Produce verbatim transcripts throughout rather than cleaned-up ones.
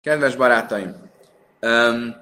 Kedves barátaim, um,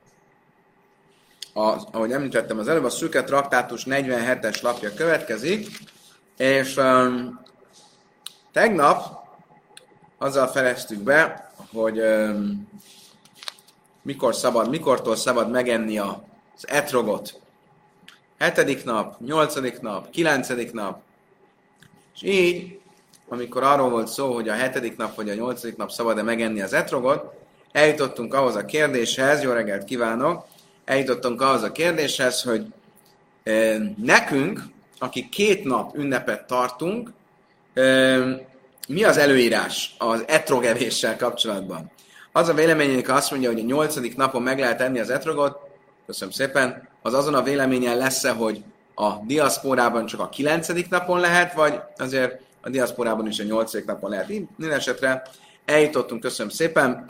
az, ahogy említettem az előbb, a Szüke Traktátus negyvenhetes lapja következik, és um, tegnap azzal fejeztük be, hogy um, mikor szabad, mikortól szabad megenni az etrogot. Hetedik nap, nyolcadik nap, kilencedik nap, és így, amikor arról volt szó, hogy a hetedik nap vagy a nyolcadik nap szabad-e megenni az etrogot, eljutottunk ahhoz a kérdéshez, jó reggelt kívánok, eljutottunk ahhoz a kérdéshez, hogy e, nekünk, akik két nap ünnepet tartunk, e, mi az előírás az etrogevéssel kapcsolatban? Az a véleményünk azt mondja, hogy a nyolcadik napon meg lehet enni az etrogot, köszönöm szépen, az azon a véleményen lesz-e, hogy a diaszporában csak a kilencedik napon lehet, vagy azért a diaszporában is a nyolcadik napon lehet. Minden esetre eljutottunk, köszönöm szépen,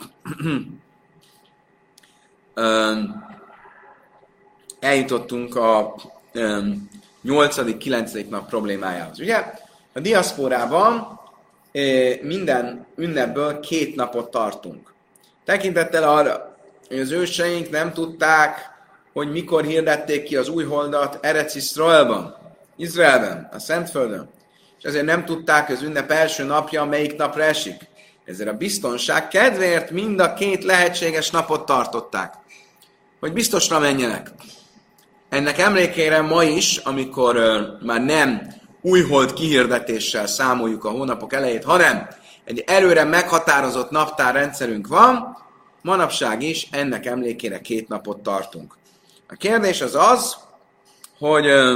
eljutottunk a nyolcadik kilencedik nap problémájához. Ugye a diaszporában minden ünnepből két napot tartunk. Tekintettel arra, hogy az őseink nem tudták, hogy mikor hirdették ki az új holdat Erec Iszraelban, Izraelben, a Szentföldön, és ezért nem tudták, hogy az ünnep első napja melyik napra esik. Ezért a biztonság kedvéért mind a két lehetséges napot tartották, hogy biztosra menjenek. Ennek emlékére ma is, amikor uh, már nem új hold kihirdetéssel számoljuk a hónapok elejét, hanem egy előre meghatározott naptárrendszerünk van, manapság is ennek emlékére két napot tartunk. A kérdés az az, hogy uh,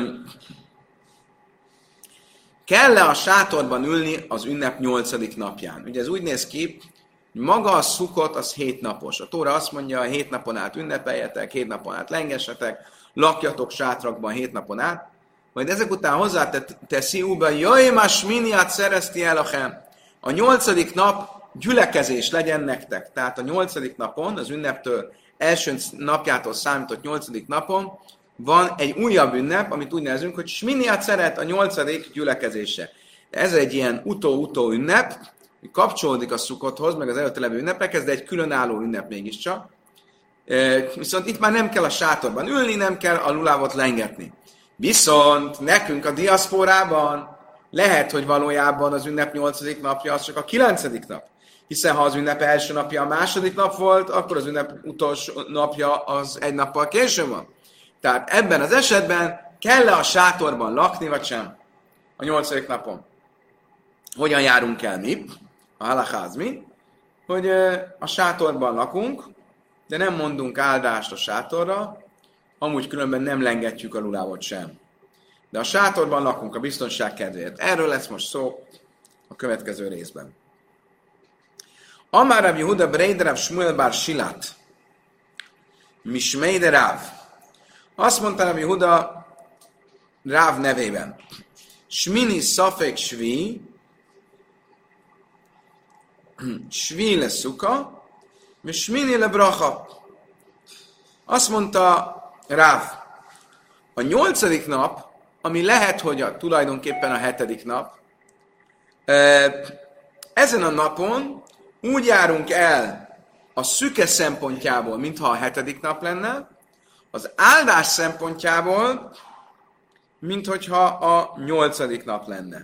kell-e a sátorban ülni az ünnep nyolcadik napján? Ugye ez úgy néz ki, hogy maga a szukot az hét napos. A Tóra azt mondja, hogy hét napon át ünnepeljetek, hét napon át lengessetek, lakjatok sátrakban hét napon át. Majd ezek után hozzáteszi újba, jöjj más miniát szerezti elachem. A nyolcadik nap gyülekezés legyen nektek. Tehát a nyolcadik napon, az ünneptől első napjától számított nyolcadik napon van egy újabb ünnep, amit úgy nevezünk, hogy Sminiát szeret a nyolcadik gyülekezése. Ez egy ilyen utó-utó ünnep, kapcsolódik a szukothoz, meg az előtte levő ünnepekhez, de egy különálló ünnep mégiscsak. Viszont itt már nem kell a sátorban ülni, nem kell a lulávot lengetni. Viszont nekünk a diaszporában lehet, hogy valójában az ünnep nyolcadik napja az csak a kilencedik nap. Hiszen ha az ünnep első napja a második nap volt, akkor az ünnep utolsó napja az egy nappal később van. Tehát ebben az esetben kell-e a sátorban lakni, vagy sem? A nyolcadik napon. Hogyan járunk el mi? A halakház mi? Hogy a sátorban lakunk, de nem mondunk áldást a sátorra, amúgy különben nem lengetjük a lulávot sem. De a sátorban lakunk a biztonság kedvéért. Erről lesz most szó a következő részben. Amár Rabbi Yehuda Breider Rav Shmuel bar Silat Mishmei de Rav. Azt mondta Rabbi Yehuda Ráv nevében. Shmini szafek svi, svi le szuka, és shmini le bracha. Azt mondta Ráv, a nyolcadik nap, ami lehet, hogy a, tulajdonképpen a hetedik nap, ezen a napon úgy járunk el a szüke szempontjából, mintha a hetedik nap lenne, az áldás szempontjából, minthogyha a nyolcadik nap lenne.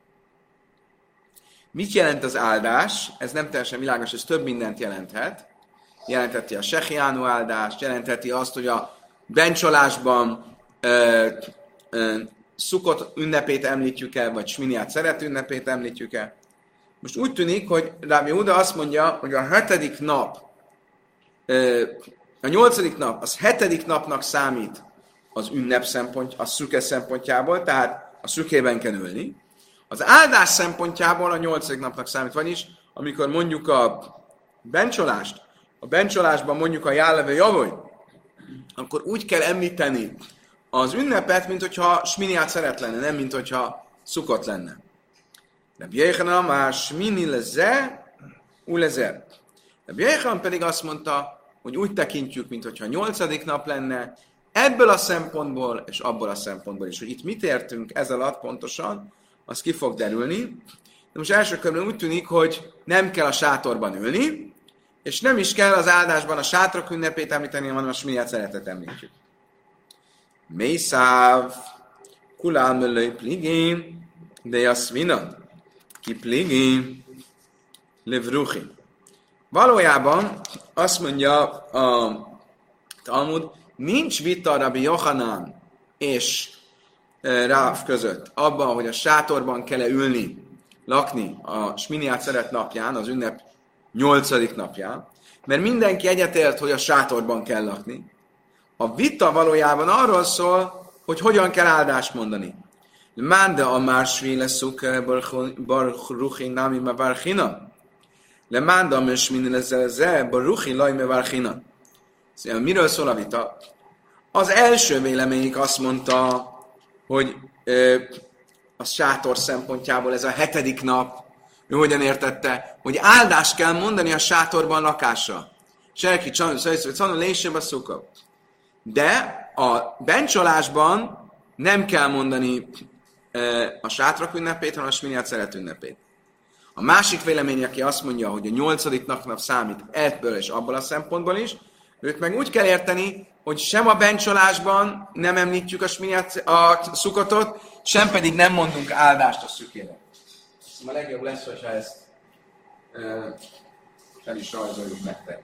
Mit jelent az áldás? Ez nem teljesen világos, ez több mindent jelenthet. Jelentheti a sehiánu áldást, jelentheti azt, hogy a bencsolásban ö, ö, szukott ünnepét említjük el, vagy sminiát szeret ünnepét említjük el. Most úgy tűnik, hogy Rabbi Yehuda azt mondja, hogy a hetedik nap, ö, a nyolcadik nap, az hetedik napnak számít az ünnep szempont, a szüke szempontjából, tehát a szükében kell ülni. Az áldás szempontjából a nyolcadik napnak számít, vagyis amikor mondjuk a bencsolást, a bencsolásban mondjuk a jálevő javoly, akkor úgy kell említeni az ünnepet, mint hogyha sminiát szeret lenne, nem mint hogyha szukott lenne. Rabbi Yechanan már smini leze, u leze. Rabbi Yechanan pedig azt mondta, hogy úgy tekintjük, mint hogyha nyolcadik nap lenne, ebből a szempontból, és abból a szempontból is, hogy itt mit értünk ez alatt pontosan, az ki fog derülni. De most első körben úgy tűnik, hogy nem kell a sátorban ülni, és nem is kell az áldásban a sátrak ünnepét említeni, hanem a sminiát szeretet említjük. Mészáv, kulál möllői pligén, de jaszvinan, ki pligén, levruchi. Valójában azt mondja a Talmud, nincs vita Rabbi Yochanan és Ráv között abban, hogy a sátorban kell-e ülni, lakni a sminiát szeret napján, az ünnep nyolcadik napján, mert mindenki egyetért, hogy a sátorban kell lakni. A vita valójában arról szól, hogy hogyan kell áldást mondani. Mánda a mársvi leszuk baruchi nami mevarchina. Le mánda a mesmini lezeze baruchi laj mevarchina. Szóval miről szól a vita? Az első véleményük azt mondta, hogy ö, a sátor szempontjából ez a hetedik nap, ő hogyan értette, hogy áldást kell mondani a sátorban lakásra. Serki csanul lésebb a szuka. De a bencsolásban nem kell mondani ö, a sátrak ünnepét, hanem a sminiát szeret ünnepét. A másik vélemény, aki azt mondja, hogy a nyolcadik nap számít ebből és abból a szempontból is, őt meg úgy kell érteni, hogy sem a bencsolásban nem említjük a, sminiát, a szukotot, sem pedig nem mondunk áldást a szükére. Szóval a legjobb lesz, hogyha ezt uh, fel is rajzoljuk nektek.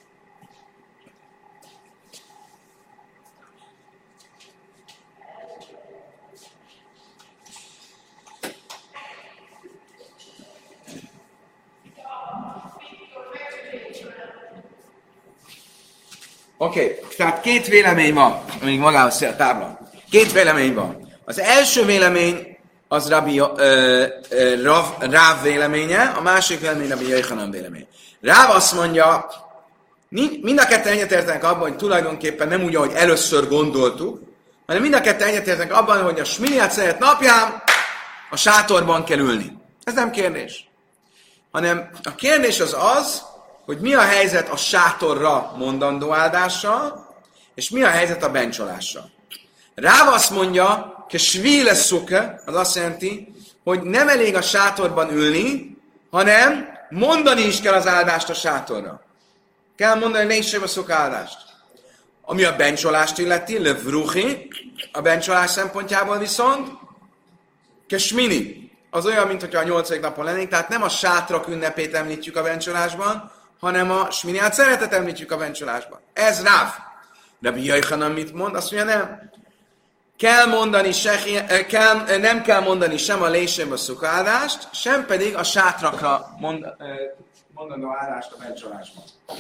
Oké, okay, tehát két vélemény van, amíg magához szél a tábla. Két vélemény van. Az első vélemény az Rabbi, ö, ö, Rav, Ráv véleménye, a másik vélemény Rabbi Yochanan vélemény. Ráv azt mondja, mind a ketten egyetértenek abban, hogy tulajdonképpen nem úgy, ahogy először gondoltuk, hanem mind a ketten egyetértenek abban, hogy a sminiát szeret napján a sátorban kell ülni. Ez nem kérdés. Hanem a kérdés az az, hogy mi a helyzet a sátorra mondandó áldással, és mi a helyzet a bencsolással. Ráv azt mondja, hogy svíle szuke, az azt jelenti, hogy nem elég a sátorban ülni, hanem mondani is kell az áldást a sátorra. Kell mondani nézség a szuk áldást. Ami a bencsolást illeti, levruchi, a bencsolás szempontjából viszont, kesmini, az olyan, mint hogyha a nyolcadik napon lennénk, tehát nem a sátrak ünnepét említjük a bencsolásban, hanem a sminiát szeretet említjük a bencsolásban. Ez Ráv. Rabbi Yochanan mit mond? Azt mondja, nem. Kell mondani, se, kell, nem kell mondani sem a lésém a szukáldást, sem pedig a sátrakra mond, mondandó áldást a bencsolásban.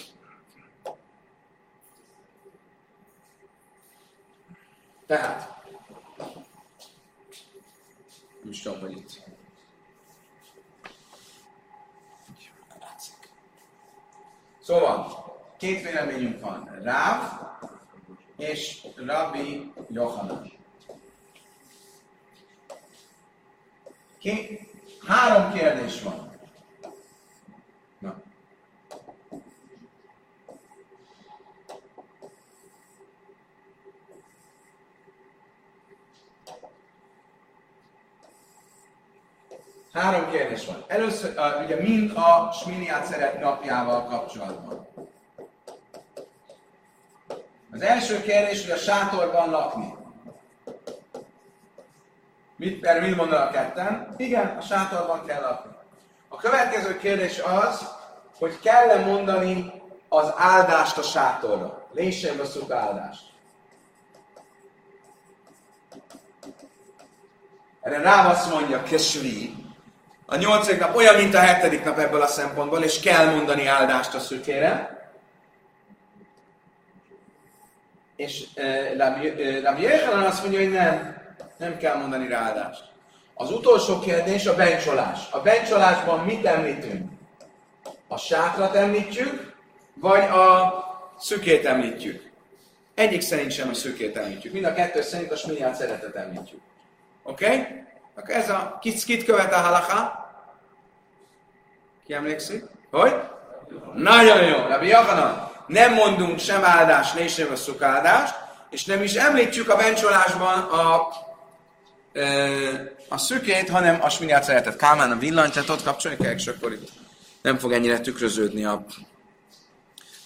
Tehát, nem is tudom, hogy itt. Szóval, két véleményünk van. Ráv és Rabbi Yochanan. Két, három kérdés van. Na. Három kérdés van. Először, uh, ugye mind a sminiát szeret napjával kapcsolatban. Az első kérdés, hogy a sátorban lakni. Mit, erre mit mondanak ketten? Igen, a sátorban kell lakni. A következő kérdés az, hogy kell-e mondani az áldást a sátorra. Lésem a szuk áldást. Erre Ráv azt mondja, kesvi. A nyolcadik nap olyan, mint a hetedik nap ebből a szempontból, és kell mondani áldást a szükére. És Rabbi Yochanan azt mondja, hogy nem, nem kell mondani rá áldást. Az utolsó kérdés a bencsolás. A bencsolásban mit említünk? A sátrat említjük, vagy a szükét említjük? Egyik szerint sem a szükét említjük. Mind a kettő szerint a sminiát szeretet említjük. Oké? Okay? Akkor ez a kit, kit követ a halaká? Ki emlékszik? Hogy? Nagyon jó, Rabbi Yochanan. Nem mondunk sem áldást, ne sem a szukáldást, és nem is említjük a bencsolásban a, a szükét, hanem a sminiát szeretet. Kálmán a villanyt, tehát ott kapcsolni kell, és akkor itt nem fog ennyire tükröződni a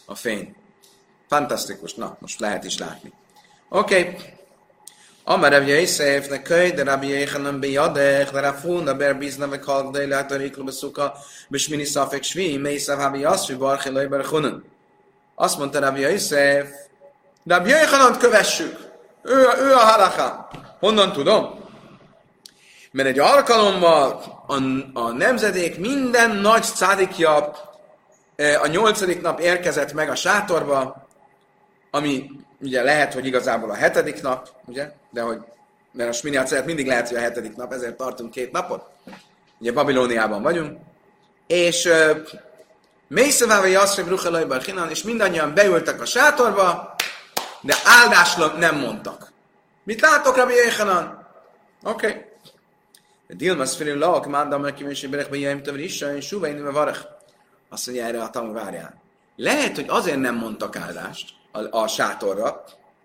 a fény. Fantasztikus. Na, most lehet is látni. Oké. Okay. Amar Rabbi Yosefnek köly, de Rabbi Yechanan bejadech, de Rafuna berbizna ve kalk, de ilát a riklu beszuka, besmini szafek svi, mészav habi aszvi, barchi loj berchunan. Azt mondta Rabbi Yosef, Rabbi Yechanant kövessük. Ő, ő a halacha. Honnan tudom? Mert egy alkalommal a, a nemzedék minden nagy cádikja a nyolcadik nap érkezett meg a sátorba, ami ugye lehet, hogy igazából a hetedik nap, ugye? De hogy, mert a Smini Atzeret mindig lehet, hogy a hetedik nap, ezért tartunk két napot. Ugye Babilóniában vagyunk. És Mészevávai Aszrei Bruchalai Barchinan, és mindannyian beültek a sátorba, de áldásra nem mondtak. Mit látok, Rabbi Yechanan? Oké. Okay. Dilmas Filin Laak, Mándam, neki Mésébelek, vagy Jaim Tavri Issa, és Suvaini, vagy Varech. Azt mondja erre a tanul, várjál. Lehet, hogy azért nem mondtak áldást a, a sátorra.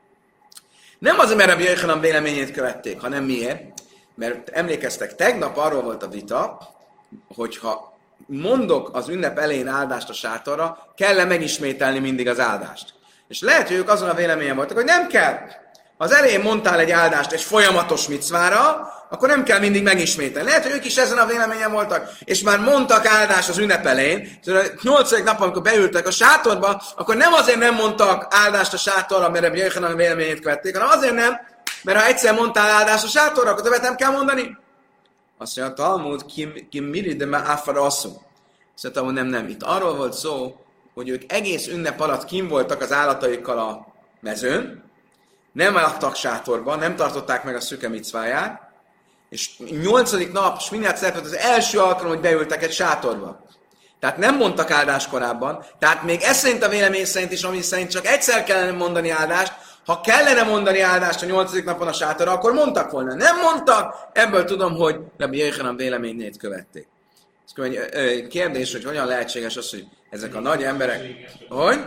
Nem azért, mert Rabbi Yechanan véleményét követték, hanem miért? Mert emlékeztek, tegnap arról volt a vita, hogyha mondok az ünnep elején áldást a sátorra, kell-e megismételni mindig az áldást. És lehet, hogy ők azon a véleményen voltak, hogy nem kell. Ha az elején mondtál egy áldást egy folyamatos micvára, akkor nem kell mindig megismételni. Lehet, hogy ők is ezen a véleményen voltak, és már mondtak áldást az ünnep elején. A nyolcadik nap, amikor beültek a sátorba, akkor nem azért nem mondtak áldást a sátorra, mert Rabbi Yechanan véleményét követték, hanem azért nem, mert ha egyszer mondtál áldást a sátorra, akkor többet nem kell mondani. Azt mondja, a Talmud, kim miri, de már áfara asszú. Azt mondja, nem, nem. Itt arról volt szó, hogy ők egész ünnep alatt kim voltak az állataikkal a mezőn, nem laktak sátorban, nem tartották meg a szüke micváját, és nyolcadik nap, Smini Atzeret volt az első alkalom, hogy beültek egy sátorba. Tehát nem mondtak áldást korábban, tehát még ez szerint a vélemény szerint is, ami szerint csak egyszer kellene mondani áldást, ha kellene mondani áldást a nyolcadik napon a sátorra, akkor mondtak volna. Nem mondtak, ebből tudom, hogy Rabbi Yechanan véleményét követték. Ez kérdés, hogy hogyan lehetséges az, hogy ezek a nagy emberek... Hogy?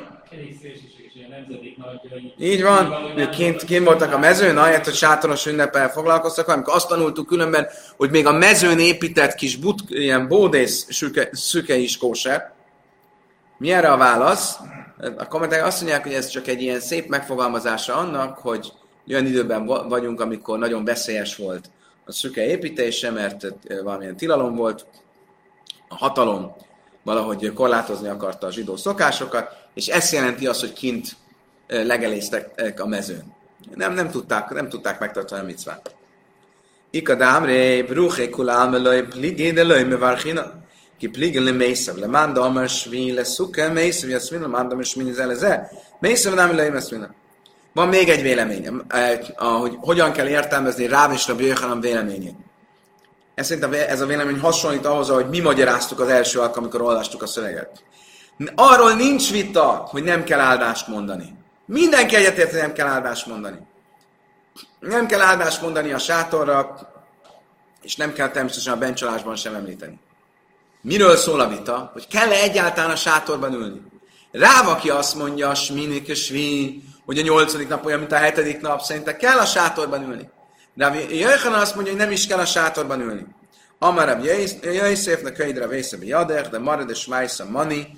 Így van, ők kint, kint voltak a mezőn, ahelyett, hogy sátoros ünnepel foglalkoztak, amikor azt tanultuk különben, hogy még a mezőn épített kis but, ilyen bódész szüke, szüke is kóser. Mi erre a válasz? A kommentek azt mondják, hogy ez csak egy ilyen szép megfogalmazása annak, hogy olyan időben vagyunk, amikor nagyon veszélyes volt a szüke építése, mert valamilyen tilalom volt, a hatalom valahogy korlátozni akarta a zsidó szokásokat, és ezt jelenti azt, hogy kint legeléztek a mezőn. Nem, nem, tudták, nem tudták megtartani a micvát. Ikadám ré, bruché kulám, eloj, pligé, de loj, me varchina. Ki pligé le mészav, le manda amar svin, le szuke, mészav, jaszvin, le manda amar svin, zeleze, mészav, nem le meszvina. Van még egy véleményem, hogy hogyan kell értelmezni Ráv és Rabbi Yechanan véleményét. Ez szerint ez a vélemény hasonlít ahhoz, ahogy mi magyaráztuk az első alkalom, amikor olvastuk a szöveget. Arról nincs vita, hogy nem kell áldást mondani. Mindenki egyetért, hogy nem kell áldást mondani. Nem kell áldást mondani a sátorra, és nem kell természetesen a bencsalásban sem említeni. Miről szól a vita? Hogy kell-e egyáltalán a sátorban ülni? Ráv, aki azt mondja, sminik és svi, hogy a nyolcadik nap olyan, mint a hetedik nap, szerintem kell a sátorban ülni. Rabbi Yechanan azt mondja, hogy nem is kell a sátorban ülni. Amar Rabbi Yosefnek könyvre vészebe jadech, de marad és májsza mani,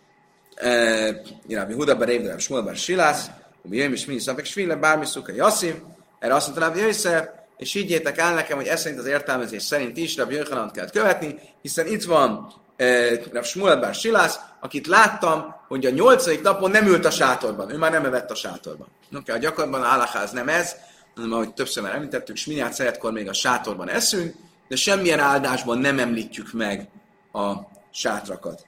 Rabbi Huda bar Évde, Rabbi Shmuel bar Silász, Rabbi Jöjjm és Mini Szafek Svile, bármi szuka Yassim, erre azt mondta Rabbi Yosef, és higgyétek el nekem, hogy ez szerint az értelmezés szerint is Rabbi Yechanant kellett követni, hiszen itt van Rabbi Shmuel bar Silász, akit láttam, hogy a nyolcadik napon nem ült a sátorban, ő már nem evett a sátorban. Oké, a gyakorlatban a halakáz nem ez, hanem ahogy többször már említettük, Smini Atzeretkor még a sátorban eszünk, de semmilyen áldásban nem említjük meg a sátrakat.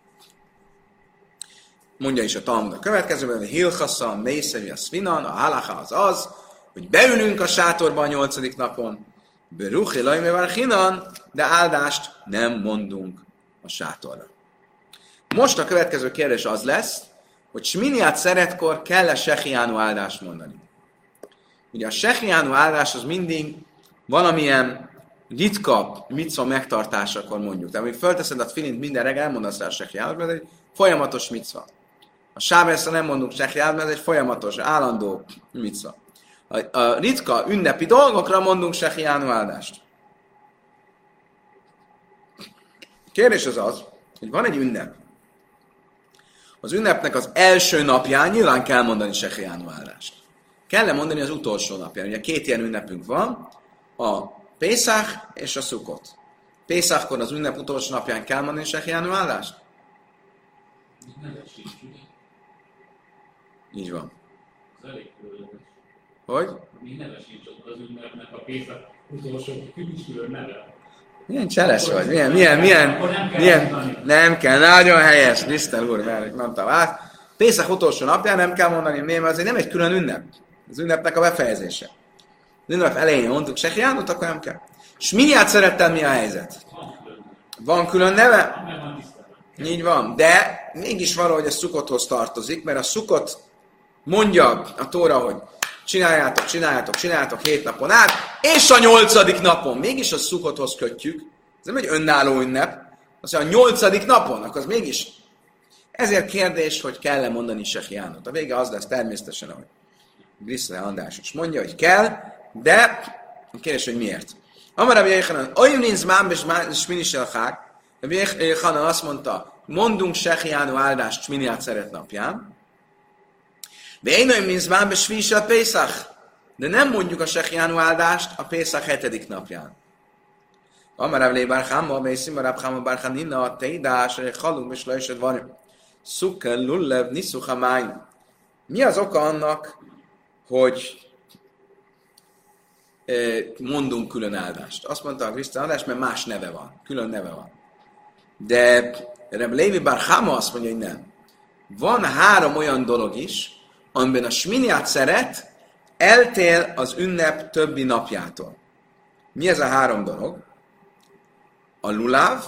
Mondja is a Talmud a következőben, hogy Hilchassa, Mészevi, a Szvinan, a halaká az az, hogy beülünk a sátorban a nyolcadik napon, Beruchi Lajmevar Hinan, de áldást nem mondunk a sátorra. Most a következő kérdés az lesz, hogy Smini Atzeretkor kell-e Sehiánu áldást mondani. Ugye a Sehiánu áldás az mindig valamilyen ritka micva megtartásakor mondjuk. Tehát, hogy fölteszed a tfilint minden reggel, mondasz rá a Sehiánut, mert ez egy folyamatos micva. A sábeszre nem mondunk Sehiánut, mert ez egy folyamatos, állandó micva. A, a ritka ünnepi dolgokra mondunk Sehiánu áldást. Kérdés az az, hogy van egy ünnep, az ünnepnek az első napján nyilván kell mondani sehiánu áldást. Kell mondani az utolsó napján. Ugye két ilyen ünnepünk van, a Pészach és a Szukot. Pészachkor az ünnep utolsó napján kell mondani sehiánu áldást? Így van. Hogy? Mi neve sincs ott az ünnepnek a Pészach utolsó külön neve. Milyen cseles vagy, milyen, milyen, milyen, milyen, nem kell, nagyon helyes, Lisztel úr, mert mondtam át. Pészach utolsó napján nem kell mondani, miért, mert ez nem egy külön ünnep. Az ünnepnek a befejezése. Az ünnep elején mondtuk sehiánut, akkor nem kell. És mindjárt szerettem mi a helyzet? Van külön neve? Így van, de mégis valahogy a Szukothoz tartozik, mert a Szukot mondja a Tóra, hogy csináljátok, csináljátok, csináljátok hét napon át, és a nyolcadik napon, mégis a Szukothoz kötjük, ez nem egy önálló ünnep, azt mondja, a nyolcadik napon, akkor az mégis. Ezért kérdés, hogy kell-e mondani sehiánot. A vége az lesz természetesen, ahogy Griszle András is mondja, hogy kell, de a kérdés, hogy miért. Amar Rabbi Yechanan, olyan nincs mám és minisel hák, Rabbi Yechanan azt mondta, mondunk sehiánu áldást Sminiát szeret napján, de én olyan nincs mám és minisel Pészach, de nem mondjuk a sehiánu áldást a Pészach hetedik napján. Amar Rabbi Barchama, Bészim, Rabbi Chama Barchanina, a teidás, hogy halunk és lejsed van, Szukkel lullev niszucha májn. Mi az oka annak, hogy mondunk külön áldást? Azt mondta a Krisztán áldás, mert más neve van. Külön neve van. De Reb Lévi bar Chama azt mondja, hogy nem. Van három olyan dolog is, amiben a sminiát szeret eltér az ünnep többi napjától. Mi ez a három dolog? A luláv,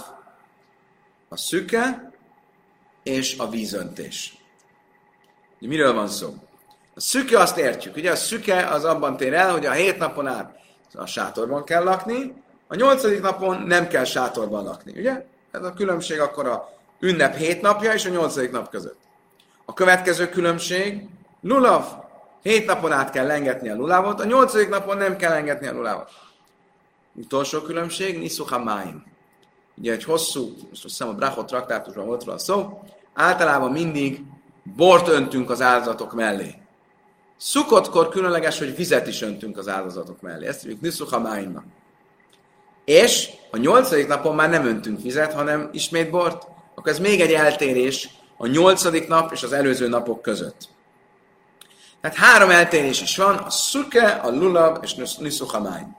a szüke és a vízöntés. Miről van szó? A szüke azt értjük. Ugye a szüke az abban tér el, hogy a hét napon át a sátorban kell lakni, a nyolcadik napon nem kell sátorban lakni. Ugye? Ez a különbség akkor a ünnep hét napja és a nyolcadik nap között. A következő különbség lulav. Hét napon át kell lengetni a lulávot, a nyolcadik napon nem kell lengetni a lulávot. Utolsó különbség, niszucha máim. Ugye egy hosszú, most azt hiszem a Brachot traktátusban volt róla szó, általában mindig bort öntünk az áldozatok mellé. Szukotkor különleges, hogy vizet is öntünk az áldozatok mellé. Ezt hívjuk niszucha máimnak. És a nyolcadik napon már nem öntünk vizet, hanem ismét bort. Akkor ez még egy eltérés a nyolcadik nap és az előző napok között. Tehát három eltérés is van, a szuke, a lulav és niszucha máim.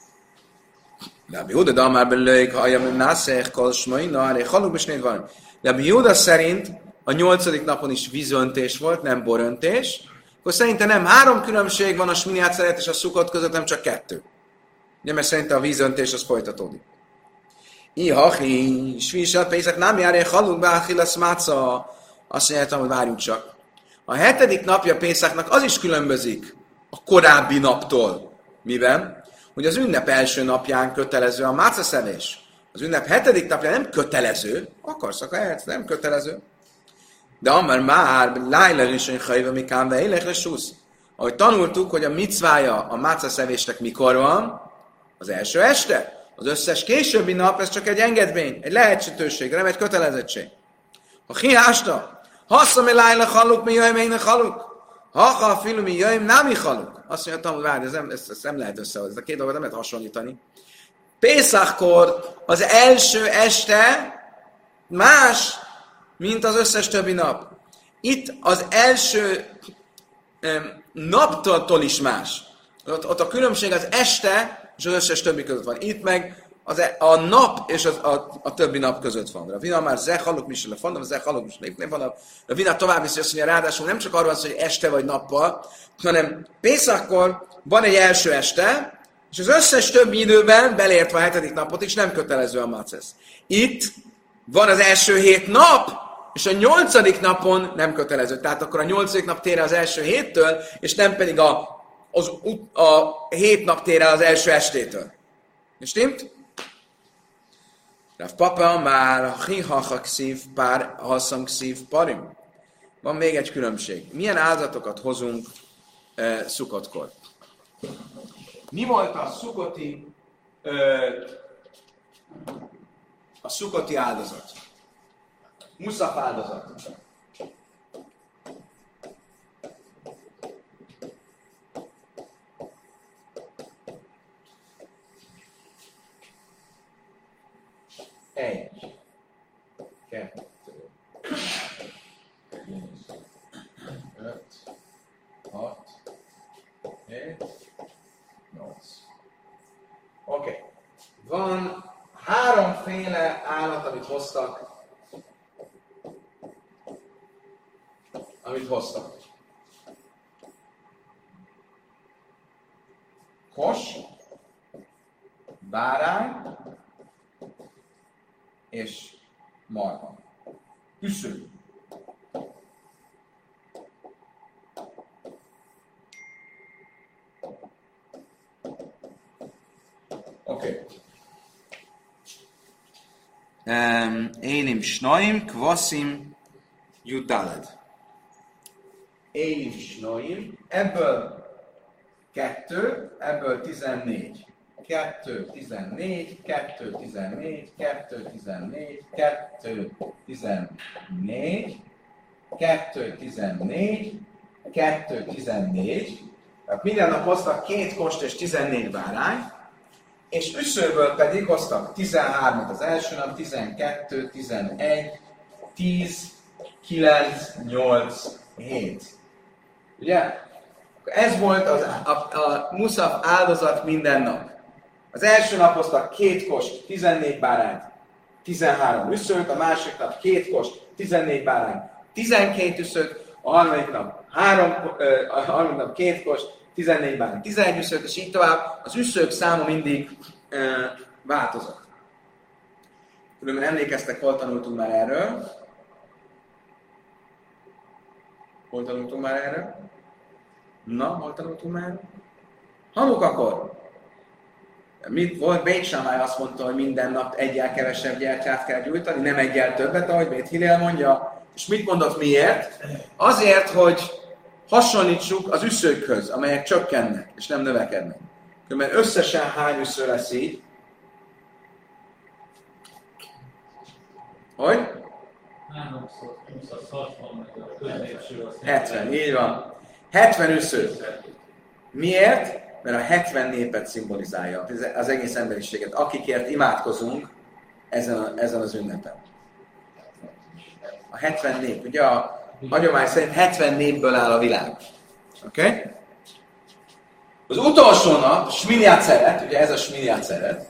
Rabbi Yehuda damár belőjük, ha ajam nászech, kolsmaina, arra haluk is négy van. Rabbi Yehuda szerint a nyolcadik napon is vízöntés volt, nem boröntés. Akkor szerintem nem három különbség van a sminiát szeret és a szukot között, nem csak kettő. Ugye, mert szerintem a vízöntés az folytatódik. Ihachi, svísat, pészak, nem járja, haluk be, achilasz máca. Azt mondjátom, hogy várjunk csak. A hetedik napja Pészaknak az is különbözik a korábbi naptól. Miben? Hogy az ünnep első napján kötelező a mácaszevés. Az ünnep hetedik napján nem kötelező, akarsz, akkor ehetsz, nem kötelező. De amár már lájla is, hogy hajva mikám, de élekre susz. Ahogy tanultuk, hogy a micvája a mácaszevésnek mikor van, az első este. Az összes későbbi nap, ez csak egy engedmény, egy lehetőség, nem egy kötelezettség. Ha hiásta, hasszam el lájla haluk, mi jöjjön, én haluk. Ha a filu mi jöjjön, nem haluk. Azt mondja, hogy várj, ez nem, ezt, ezt nem lehet összehozni, ezt a két dolgot nem lehet hasonlítani. Pészachkor az első este más, mint az összes többi nap. Itt az első um, naptól is más. Ott, ott a különbség az este és az összes többi között van. Itt meg az, e, a nap és az, a, a többi nap között van. A vina már ze haluk misle lefondom, ze haluk misle lefondom. A vina tovább viszi azt mondja, ráadásul nem csak arról van szó, hogy este vagy nappal, hanem Pészakkor van egy első este, és az összes többi időben, beleértve a hetedik napot is, nem kötelező a mácesz. Itt van az első hét nap, és a nyolcadik napon nem kötelező. Tehát akkor a nyolcadik nap tér az első héttől, és nem pedig a, az, a hét nap tér az első estétől. Stimmt? Rav Papa már hihacha szív pár haszam szív parim. Van még egy különbség. Milyen áldatokat hozunk uh, szukotkor? Mi volt a szukoti uh, a szukoti áldazat? Muszaf áldozat. háromféle állat, amit hoztak, amit hoztak. Kos, bárány és marha. Üsző. Oké. Okay. Um, Élim Snoim, Kvaszim, Judaled. Élim Snoim, ebből kettő, ebből tizennégy. Kettő, tizennégy, kettő, tizennégy, kettő, tizennégy, kettő, tizennégy, kettő, tizennégy, kettő, tizennégy. Tehát minden nap hoztak két kost és tizennégy bárány, és üszőből pedig hoztak tizenhármat az első nap, tizenkettő, tizenegy, tíz, kilenc, nyolc, hét. Ugye? Ez volt az, a, a muszaf áldozat minden nap. Az első nap hoztak két kost, tizennégy bárányt, tizenhárom üszőt, a másik nap két kost, tizennégy bárányt, tizenkét üszőt, a harmadik nap, három, a harmadik nap két kost, tizennégy bárányt, tizenegy üszőt, és így tovább. Az üszők száma mindig e, változott. Különben emlékeztek, hol tanultunk már erről? Hol tanultunk már erről? Na, hol tanultunk már? Hanukakor! Mit volt? Bét Sámály azt mondta, hogy minden nap egyel kevesebb gyertyát kell gyújtani, nem egyel többet, ahogy Bét Hillel mondja. És mit mondott miért? Azért, hogy hasonlítsuk az üszőkhöz, amelyek csökkennek, és nem növekednek. Különben összesen hány üsző lesz így? Hogy? háromszor húszszázhatvan, meg a középső az hetven, így van. hetven üsző. Miért? Mert a hetven népet szimbolizálja, az egész emberiséget, akikért imádkozunk ezen, a, ezen az ünnepen. A hetven nép, ugye a hagyomány szerint hetven népből áll a világ. Oké? Okay? Az utolsó nap, Smini Atzeret, ugye ez a Smini Atzeret,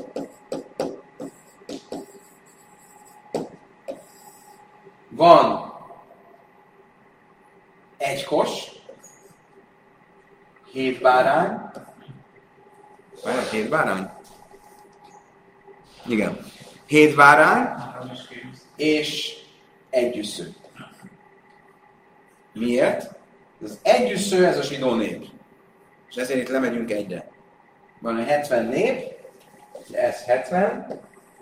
van egy kos, hét bárány. Van hét bárány? Igen. Hét bárány és egy üsző. Miért? Az egy üsző, ez a zsidó nép. És ezért itt lemegyünk egyre. Van a hetven nép, ez hetven,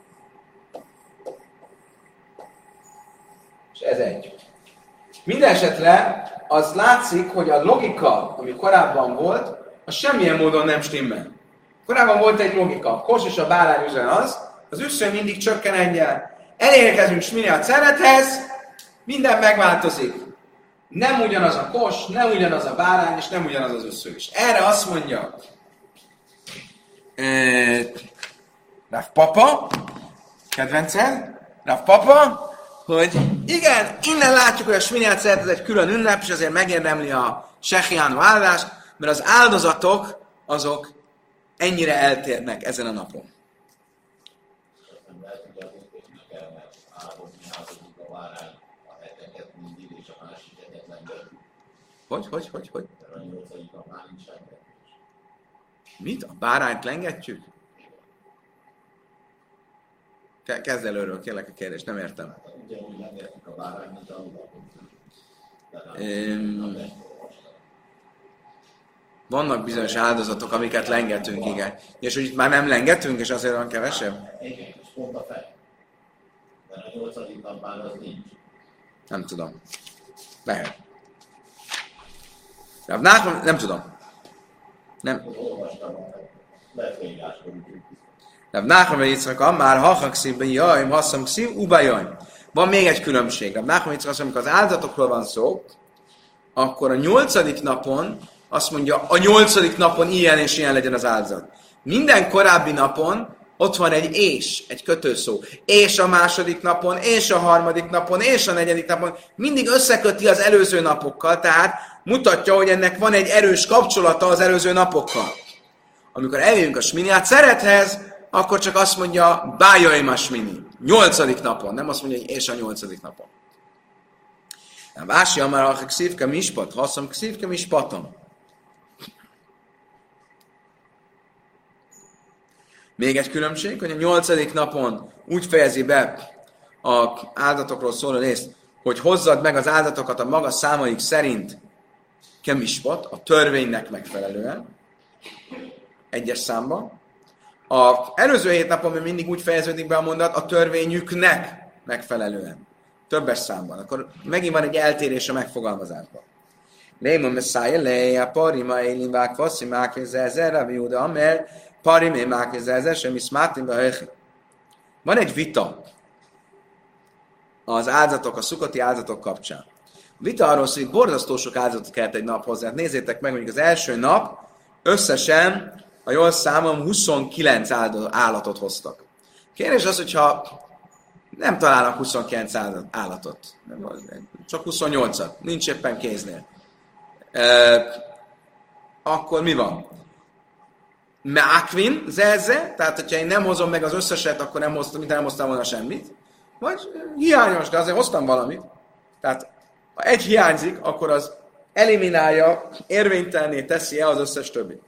és ez egy. Mindenesetre az látszik, hogy a logika, ami korábban volt, az semmilyen módon nem stimmel. Korábban volt egy logika, a kos és a bárány üzen az, az üsző mindig csökken egyel. Elérkezünk Smini Atzerethez, minden megváltozik. Nem ugyanaz a kos, nem ugyanaz a bárány, és nem ugyanaz az üsző is. Erre azt mondja eh, Rav Papa, kedvenced, Rav Papa, hogy igen, innen látjuk, hogy a Smini Atzeret ez egy külön ünnep, és azért megérdemli a Sehiánú áldást, mert az áldozatok azok ennyire eltérnek ezen a napon. Hogy, hogy, hogy, hogy? Mit? A bárányt lengetjük? Kezd előről, kérlek a kérdést, nem értem. Um, vannak bizonyos áldozatok, amiket lengetünk, igen. És hogy itt már nem lengetünk, és azért van kevesebb? Igen, és pont a fel. De a nyolcadik napban az nincs. Nem tudom. Lehet. Rav Nachman, nem tudom. Nem. Rav Nachman vagy Yitzchak, már hachakszim, jaim, hasszamkszim, ubajaim. Van még egy különbség. Rav Nachman Yitzchak azt mondja, amikor az áldozatokról van szó, akkor a nyolcadik napon azt mondja, a nyolcadik napon ilyen és ilyen legyen az áldozat. Minden korábbi napon ott van egy és, egy kötőszó. És a második napon, és a harmadik napon, és a negyedik napon. Mindig összeköti az előző napokkal, tehát mutatja, hogy ennek van egy erős kapcsolata az előző napokkal. Amikor eljövünk a Smini Atzerethez, akkor csak azt mondja, bájaimas mini. Nyolcadik napon, nem azt mondja, hogy és a nyolcadik napon. Vási amár a szívke mispat, haszom szívke mispatom. Még egy különbség, hogy a nyolcadik napon úgy fejezi be az áldatokról szóló részt, hogy hozzad meg az áldatokat a maga számaik szerint kemispat, a törvénynek megfelelően, egyes számban. Az előző hét napon még mindig úgy fejeződik be a mondat, a törvényüknek megfelelően. Többes számban. Akkor megint van egy eltérés a megfogalmazásban. Lémon messzája leja, parima élin vákvaszi mákézezer, Rabbi Júda amer, parimé mákézezer, semmi szmátin behöjjön. Van egy vita az áldozatok, a szukoti áldozatok kapcsán. A vita arról szól, hogy borzasztó sok áldozatot kellett egy nap hozzá. Nézzétek meg, mondjuk az első nap összesen, ha jól számom, huszonkilenc állatot hoztak. Kérdés az, hogyha nem találnak huszonkilenc állatot, csak huszonnyolcat, nincs éppen kéznél. E, akkor mi van? Meákvin, zerze, tehát hogyha én nem hozom meg az összeset, akkor nem hoztam, mint nem hoztam volna semmit. Vagy hiányos, de azért hoztam valamit. Tehát ha egy hiányzik, akkor az eliminálja, érvénytelenné teszi el az összes többit.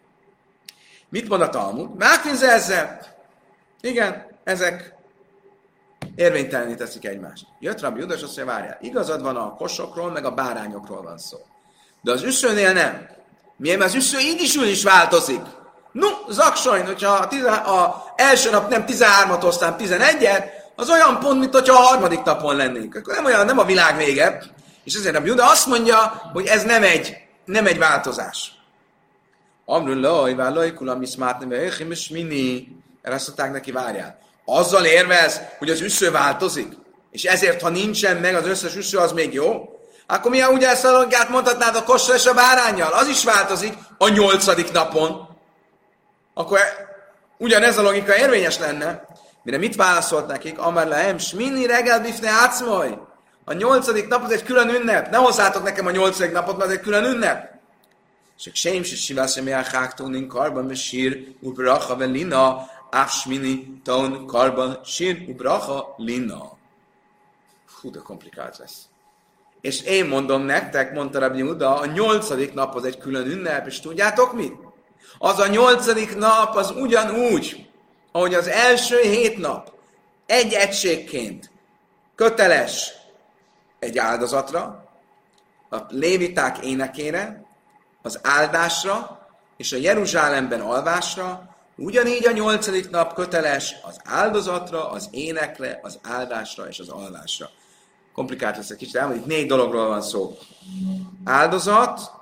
Mit mond a Talmud? Meákvin, zerze. Igen, ezek érvénytelenné teszik egymást. Jött Rabbi Júda, és azt mondja, várjál, igazad van, a kosokról, meg a bárányokról van szó. De az üszőnél nem. Miért? Mert az üsző így is, úgy is változik. No, zaksajn, hogyha az első nap nem tizenhármat hoztam, tizenegyet, az olyan pont, mint hogyha a harmadik napon lennénk. Akkor nem olyan, nem a világ vége. És ezért Rabbi Júda azt mondja, hogy ez nem egy, nem egy változás. Amrun loj, váloj, kulamisz mátnebe, öchim és mini. Erre azt mondták neki, várjál. Azzal érvez, hogy az üsző változik, és ezért, ha nincsen meg az összes üsző, az még jó, akkor milyen ugye ezt a logikát mondhatnád a kossal és a báránnyal? Az is változik a nyolcadik napon. Akkor ugyanez a logika érvényes lenne. Mire mit válaszolt nekik? Amar lehem, smini reggel bifne átszmoly. A nyolcadik nap az egy külön ünnep. Ne hozzátok nekem a nyolcadik napot, mert ez egy külön ünnep. És sém, és sivászem jáháktónin karban, és sír, ubracha velina, Ásmini, Taun, Karban, Sír, Ubracha, Lina. Hú, de komplikált lesz. És én mondom nektek, mondta Rabbi Júda, a nyolcadik nap az egy külön ünnep, és tudjátok mit? Az a nyolcadik nap az ugyanúgy, ahogy az első hét nap egy egységként köteles egy áldozatra, a léviták énekére, az áldásra és a Jeruzsálemben alvásra, ugyanígy a nyolcadik nap köteles az áldozatra, az énekre, az áldásra és az alvásra. Komplikált lesz egy kicsit, elmond, itt négy dologról van szó. Áldozat,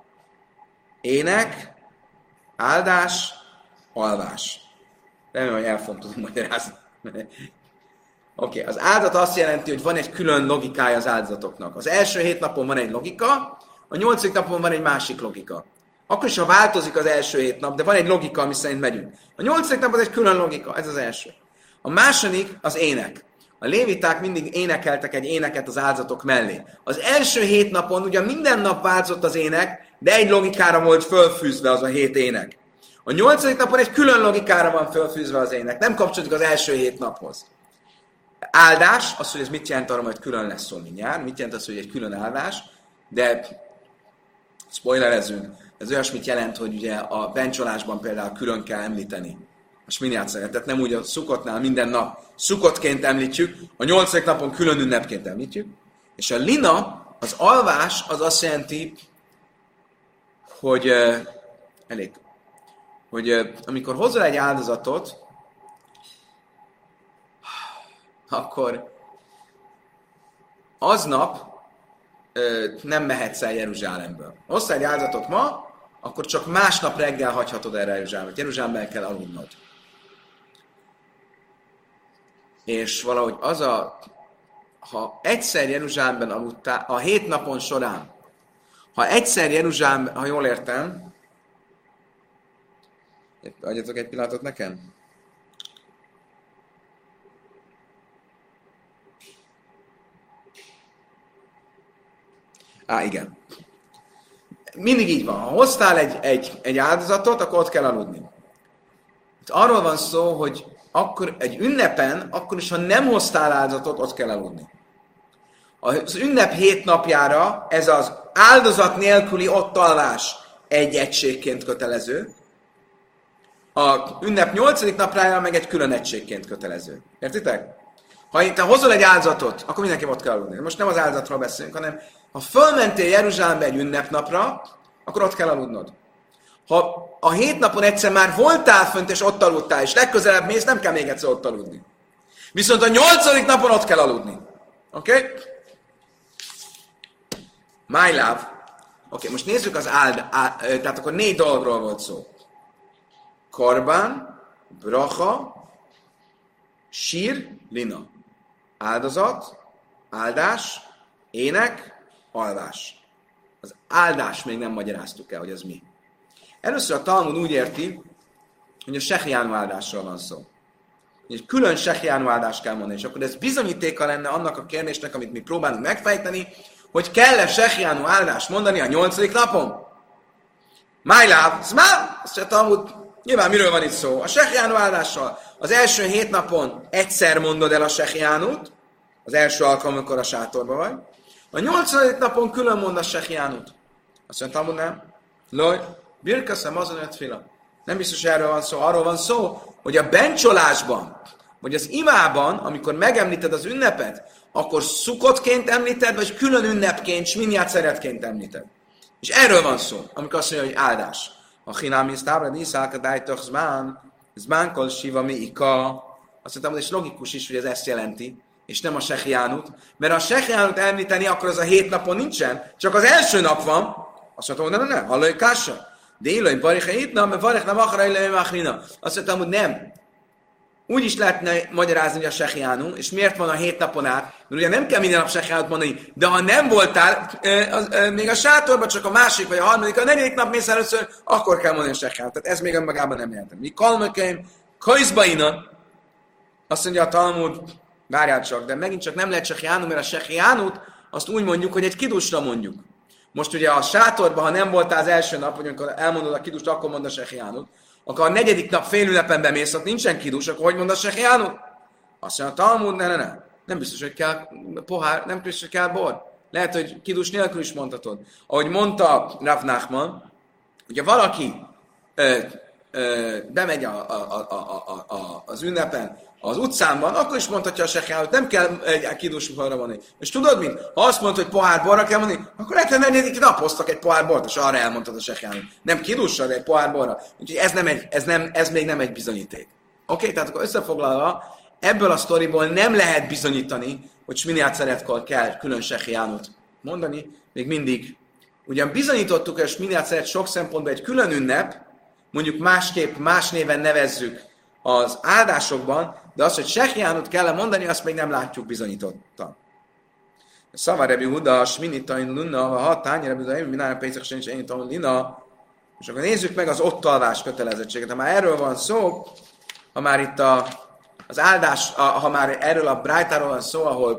ének, áldás, alvás. Remélem, hogy el fogom tudni magyarázni. Oké, okay. Az áldozat azt jelenti, hogy van egy külön logikája az áldozatoknak. Az első hét napon van egy logika, a nyolcadik napon van egy másik logika. Akkor is, ha változik az első hét nap, de van egy logika, ami szerint megyünk. A nyolcadik nap az egy külön logika, ez az első. A második az ének. A léviták mindig énekeltek egy éneket az áldozatok mellé. Az első hét napon ugyan minden nap változott az ének, de egy logikára volt fölfűzve az a hét ének. A nyolcadik napon egy külön logikára van fölfűzve az ének, nem kapcsolódik az első hét naphoz. Áldás, az, hogy ez mit jelent, arra majd külön lesz szó mindjárt. Mit jelent az, hogy egy külön áldás, de spoilerezünk. Ez olyasmit jelent, hogy ugye a bencsolásban például külön kell említeni a sminiát szeretet. Nem úgy a szukotnál minden nap szukotként említjük, a nyolcadik napon külön ünnepként említjük. És a lina, az alvás, az azt jelenti, hogy uh, elég, hogy uh, amikor hozol egy áldozatot, akkor aznap uh, nem mehetsz el Jeruzsálemből. Hozz egy áldozatot ma, akkor csak másnap reggel hagyhatod el Jeruzsálemet. Jeruzsálemben kell aludnod. És valahogy az a, ha egyszer Jeruzsálemben aludtál, a hét napon során, ha egyszer Jeruzsálemben, ha jól értem, adjatok egy pillanatot nekem? Á, igen. Mindig így van. Ha hoztál egy, egy, egy áldozatot, akkor ott kell aludni. Itt arról van szó, hogy akkor egy ünnepen, akkor is, ha nem hoztál áldozatot, ott kell aludni. Az ünnep hét napjára ez az áldozat nélküli ott alvás egy egységként kötelező, a ünnep nyolcadik napjára meg egy külön egységként kötelező. Értitek? Ha te hozol egy áldozatot, akkor mindenki ott kell aludni. Most nem az áldozatról beszélünk, hanem ha fölmentél Jeruzsálembe egy ünnepnapra, akkor ott kell aludnod. Ha a hét napon egyszer már voltál fönt, és ott aludtál, és legközelebb mész, nem kell még egyszer ott aludni. Viszont a nyolcadik napon ott kell aludni. Oké? Okay? My love. Oké, okay, most nézzük az áld, áld, tehát akkor négy dologról volt szó. Korban, bracha, sír, lina. Áldozat, áldás, ének, alvás. Az áldás még nem magyaráztuk el, hogy ez mi. Először a Talmud úgy érti, hogy a sehjánu áldásról van szó. Egy külön sehjánu áldást kell mondani, és akkor ez bizonyítéka lenne annak a kérdésnek, amit mi próbálunk megfejteni, hogy kell-e sehjánu áldást mondani a nyolcadik napon? My love, ez már, azt a Talmud, nyilván miről van itt szó? A sehjánu áldással az első hét napon egyszer mondod el a sehjánut, az első alkalom, amikor a sátorban vagy. A nyolcadik napon külön mond a sehjánut. Azt mondja, Talmud nem. Loj, birkaszem azon öt fila. Nem biztos, hogy erről van szó. Arról van szó, hogy a bencsolásban, vagy az imában, amikor megemlíted az ünnepet, akkor szukotként említed, vagy külön ünnepként, sminját szeretként említed. És erről van szó, amikor azt mondja, hogy áldás. A hinám is táblad iszálka dájtok zmán, zmánkol siva mi ika. Azt mondtam, hogy ez logikus is, hogy ez ezt jelenti, és nem a sehjánut. Mert ha a sehjánut említeni, akkor az a hét napon nincsen, csak az első nap van. Azt mondtam, hogy nem, nem, hallaj kássa. De illaj, baricha itna, mert baricha nem akar illaj, máchrina. Azt mondtam, hogy nem. Úgy is lehetne magyarázni, hogy a sehjánu, és miért van a hét napon át? Mert ugye nem kell minden nap sehjánut mondani, de ha nem voltál, az, az, még a sátorban csak a másik, vagy a harmadik, a negyedik nap mész először, akkor kell mondani a sehjánut. Tehát ez még önmagában nem jelent. Mi kalmakeim, kajzbaina, azt mondja a Talmud, várjál csak, de megint csak nem lehet sehjánu, mert a sehjánut azt úgy mondjuk, hogy egy kidusra mondjuk. Most ugye a sátorban, ha nem voltál az első nap, vagy amikor elmondod a kidust, akkor mondd a sehjánut. Akkor a negyedik nap fél ünnepen bemész, ott nincsen kidus, akkor hogy mondd a sehjánut? Azt mondja a Talmud, ne, ne, ne. Nem biztos, hogy kell pohár, nem biztos, hogy kell bor. Lehet, hogy kidus nélkül is mondhatod. Ahogy mondta Rav Nachman, ugye valaki ö, ö, bemegy a, a, a, a, a, az ünnepen az utcán, akkor is mondhatja a sehjánut, nem kell egy kidus borra mondani. És tudod mit? Ha azt mondod, hogy pohár borra kell mondani, akkor lehet, hogy negyedik nap hoztak egy pohár bort, és arra elmondtad a sehjánut. Nem kidussal, de egy pohár borra. Úgyhogy ez, nem egy, ez, nem, ez még nem egy bizonyíték. Oké, okay, tehát akkor összefoglalva, ebből a sztoriból nem lehet bizonyítani, hogy sminiát szeretkor kell külön sehjánut mondani, még mindig. Ugyan bizonyítottuk, hogy a sminiát szeret sok szempontból egy külön ünnep, mondjuk másképp, más néven nevezzük az áldásokban, de az, hogy sehjánut kell mondani, azt még nem látjuk bizonyítottan. Szavar Rebi Huda, Sminitain Luna, ha hatány, Rebi Huda, Minára Pécek, Sencs, Enyton Lina. És akkor nézzük meg az ott alvás kötelezettséget. Ha már erről van szó, ha már itt a, az áldás, a, ha már erről a brájtáról van szó, ahol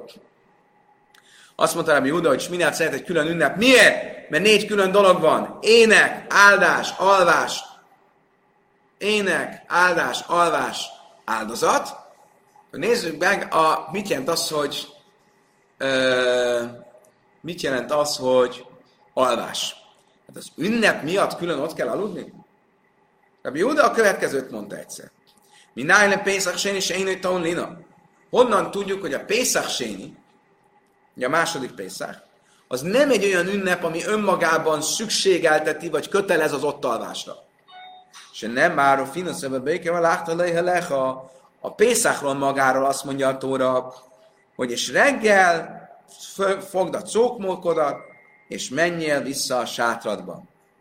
azt mondta Rebi Huda, hogy Sminát szeret egy külön ünnep. Miért? Mert négy külön dolog van. Ének, áldás, alvás. Ének, áldás, alvás, áldozat. Nézzük meg, a, mit jelent az, hogy ö, mit jelent az, hogy alvás. Hát az ünnep miatt külön ott kell aludni? Rabbi Júda a következőt mondta egyszer. Mi nájlen Pészach séni séni taun lina. Honnan tudjuk, hogy a Pészach séni, ugye a második Pészach, az nem egy olyan ünnep, ami önmagában szükségelteti, vagy kötelez az ott alvásra. Se nem már a finaszebe békevel láhtalai leha. A Pészachról magáról azt mondja a Tóra, hogy és reggel fogd a cókmókodat, és menjél vissza a sátradba.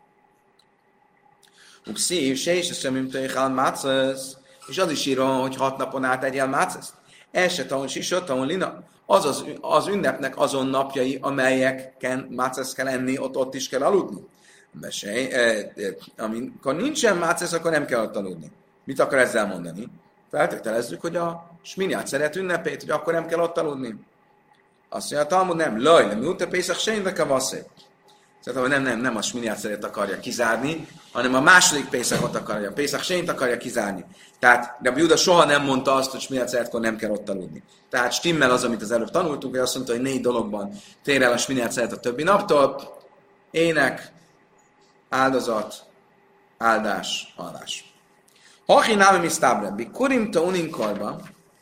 Ukszív, se is eszemim tőjjel mácesz, és az is írva, hogy hat napon át egyél máceszt. El se taun sisot, taun lina. Az, az az ünnepnek azon napjai, amelyeken mácesz kell enni, ott, ott is kell aludni. Mesej, eh, eh, amikor nincsen mácesz, akkor nem kell ott aludni. Mit akar ezzel mondani? Feltételezzük, hogy a sminiát szeret ünnepét, hogy akkor nem kell ott aludni. Azt mondja, a Talmud nem, laj, nem út a Pészach sénynek a vasszé. Szóval nem, nem, nem a sminiát szeret akarja kizárni, hanem a második Pészakot akarja. A Pészak sényt akarja kizárni. Tehát Rabbi Júda soha nem mondta azt, hogy sminiát szeretkor nem kell ott aludni. Tehát stimmel az, amit az előbb tanultunk, hogy azt mondta, hogy négy dologban tér el a sminiát szeret a többi naptól. Ének, áldozat, áldás, alvás. Hachi námi misztábrebbi, kurimta uninkorba,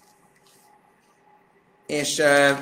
és uh,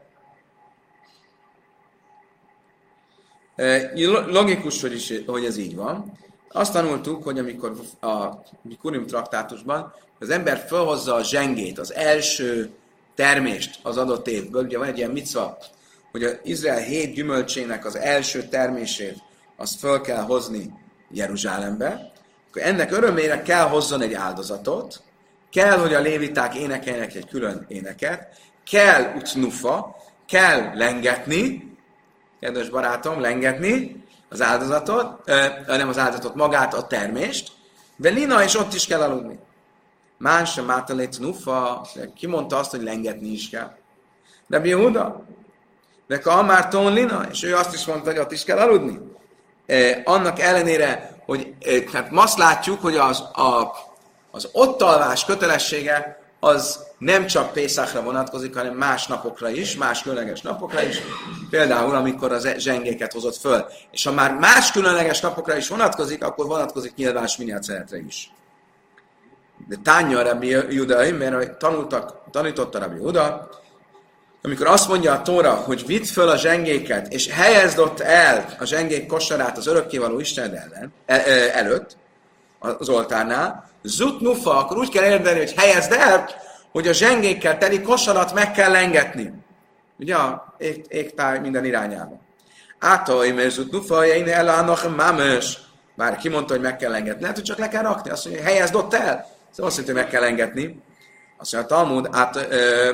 uh, logikus, hogy, is, hogy ez így van. Azt tanultuk, hogy amikor a Kurim traktátusban az ember felhozza a zsengét, az első termést az adott évből, ugye van egy ilyen micva, hogy az Izrael hét gyümölcsének az első termését azt föl kell hozni Jeruzsálembe, akkor ennek örömére kell hozzon egy áldozatot, kell, hogy a léviták énekeljenek egy külön éneket, kell utnufa, kell lengetni, kedves barátom, lengetni az áldozatot, ö, nem az áldozatot, magát, a termést, de Lina, és ott is kell aludni. Más sem átalé utnufa, ki mondta azt, hogy lengetni is kell? Rabbi Yehuda, de Amár Ton Lina, és ő azt is mondta, hogy ott is kell aludni. E, annak ellenére, hogy e, hát azt látjuk, hogy az, a, az ott alvás kötelessége az nem csak Pészakra vonatkozik, hanem más napokra is, más különleges napokra is. Például, amikor az zsengéket hozott föl. És ha már más különleges napokra is vonatkozik, akkor vonatkozik nyilván sminiát szeretre is. De Tánja Rabbi Júda, mert tanultak, tanította Rabbi Júda, amikor azt mondja a Tóra, hogy vidd föl a zsengéket, és helyezd ott el a zsengék kosarát az örökkévaló Isten ellen, el, előtt, az oltárnál, zut nufa, akkor úgy kell érdeni, hogy helyezd el, hogy a zsengékkel teli kosarat meg kell lengetni. Ugye a ég, égtáj minden irányába. Átolj, mert zut nufa, én elállnak mámös. Bár ki mondta, hogy meg kell lengetni. Lehet, hogy csak le kell rakni. Azt mondja, hogy helyezd ott el. Szóval azt mondja, hogy meg kell lengetni. Azt mondja, a Talmud, át...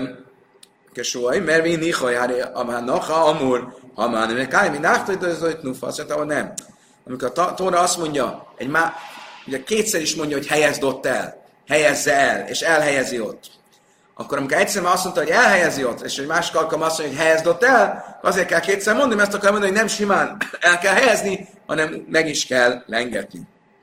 Kesúaj, mert mi niha járja, amár naha, amúr, amár nem káj, mi náhtad, ez a nufa. Azt mondta, hogy nem. Amikor a Tóra azt mondja, egy má, ugye kétszer is mondja, hogy helyezd ott el, helyezze el, és elhelyezi ott. Akkor amikor egyszerűen azt mondta, hogy elhelyezi ott, és egy másik alkalommal azt mondja, hogy helyezd ott el, azért kell kétszer mondani, mert azt akar mondani, hogy nem simán el kell helyezni, hanem meg is kell lengetni.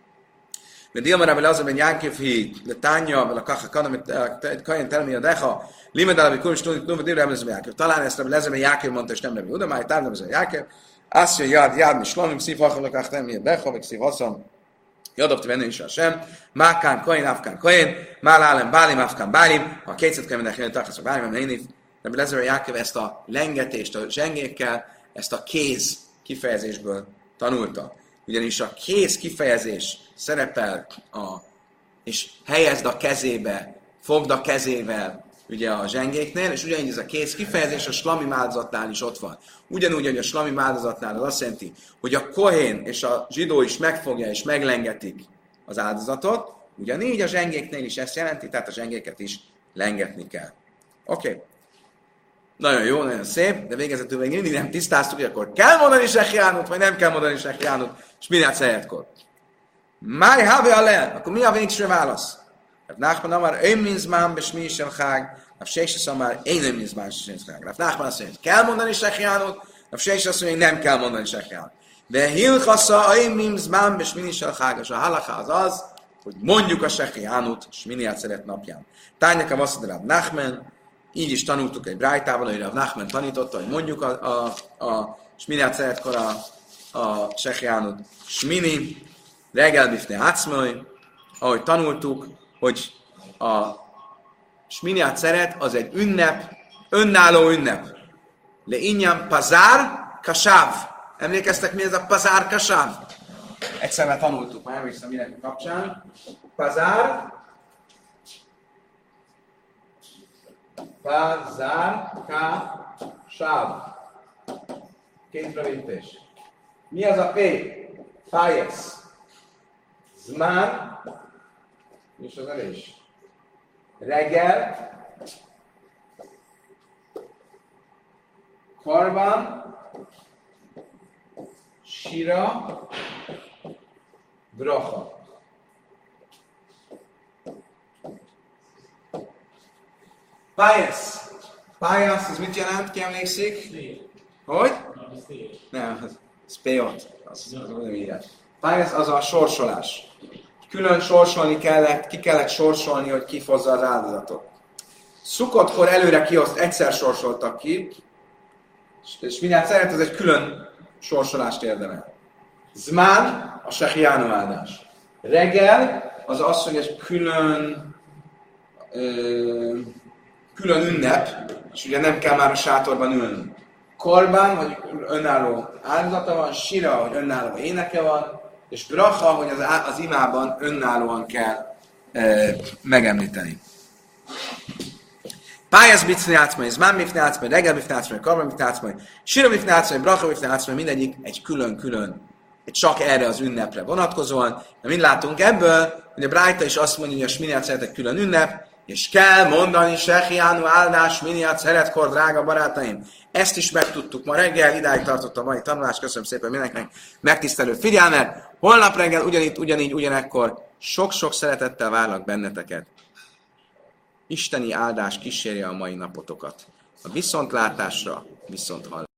Mert Dilmarában az, hogy Jánkév hí, de Tánya, vagy a Kacha Kanam, Kajan Telmi a Deha, Limed Alabi Kulis, Tudni, Dilmarában ez a Jánkév. Talán ezt Lezeme Jánkév mondta, és nem Rebbe Uda, már Távnem ez a Jánkév. Azt mondja, Jad, Jad, mi Slomim, Szív Hacham, Kach Telmi a Deha, vagy Szív Haszam, Jadobta venni is a sem, Mákán, Kain, Afkán, Kain, Mál Álem, Bálim, Afkán, Bálim, a kétszet kell mindenki, Tachaszok, Bálim, Néniv, Rebbe Lezeme Jánkév ezt a lengetést a zsengékkel, ezt a kéz kifejezésből tanulta. Ugyanis a kéz kifejezés szerepel a, és helyezd a kezébe, fogd a kezével ugye a zsengéknél, és ugyanígy ez a kéz kifejezés a slami áldozatnál is ott van. Ugyanúgy, hogy a slami áldozatnál az azt jelenti, hogy a kohén és a zsidó is megfogja és meglengetik az áldozatot, ugyanígy a zsengéknél is ezt jelenti, tehát a zsengéket is lengetni kell. Oké. Okay. Nagyon jó, nagyon szép, de végezetül még mindig nem tisztáztuk, hogy akkor kell mondani Sechiánut, vagy nem kell mondani Sechiánut, és mindjárt szejetkor. Máj havi alel, akkor mi a végső válasz? Rav Nachman amar, én minzmán besmi sem hág, Rav Seises amar, én nem minzmán sem hág. Rav Nachman azt mondja, kell mondani Sechiánut, Rav Seises azt mondja, nem kell mondani Sechiánut. De hilchasza, én minzmán besmi sem hág, és a halacha az az, hogy mondjuk a Sechiánut, és mindjárt szeret napján. Tánynekem azt mondja, Rav Nachman, így is tanultuk egy brájtával, hogy Rav Nachman tanította, hogy mondjuk a, a, a Sminiát szeretkor a, a Sechiánut Smini, reggel bifne ácmai, ahogy tanultuk, hogy a Sminiát szeret az egy ünnep, önálló ünnep. Le inyan pazár kasáv. Emlékeztek, mi ez a pazár kasáv? Egyszer már tanultuk, már emlékszem mindenki kapcsán. Pazár Pazár kasáv. Két rövidítés. Mi az a P? Pályesz. Zmán, és az elés. Reggel, Korban, Sira, Bracha. Pályesz. Pályesz, ez mit jelent? Ki emlékszik? Szép. Hogy? Nem, szép. Nem, Spéot, az, az olyan írás. Pályáz az a sorsolás. Külön sorsolni kellett, ki kellett sorsolni, hogy kifozza az áldozatot. Szukotkor előre kioszt, egyszer sorsoltak ki, és mindjárt szeret, ez egy külön sorsolást érdemel. Zmán, a sehiánu áldás. Reggel, az az, hogy egy külön ö, külön ünnep, és ugye nem kell már a sátorban ülni. Korbán, hogy önálló áldozata van, sira, hogy önálló éneke van, és bracha, hogy az, az imában önállóan kell e, megemlíteni. Pályáz bicni átszmai, zmán bifni átszmai, reggel bifni átszmai, korbán bifni átszmai, sira bifni átszmai, bracha bifni átszmai, mindegyik egy külön-külön, csak erre az ünnepre vonatkozóan. De mind látunk ebből, hogy a Brájta is azt mondja, hogy a sminiát szeret egy külön ünnep, és kell mondani sehiánu áldás, miniát szeretkor, drága barátaim. Ezt is megtudtuk ma reggel, idáig tartott a mai tanulás. Köszönöm szépen mindenkinek megtisztelő figyelmet. Holnap reggel ugyanitt, ugyanígy, ugyanekkor sok-sok szeretettel várlak benneteket. Isteni áldás kísérje a mai napotokat. A viszontlátásra, viszont hallásra.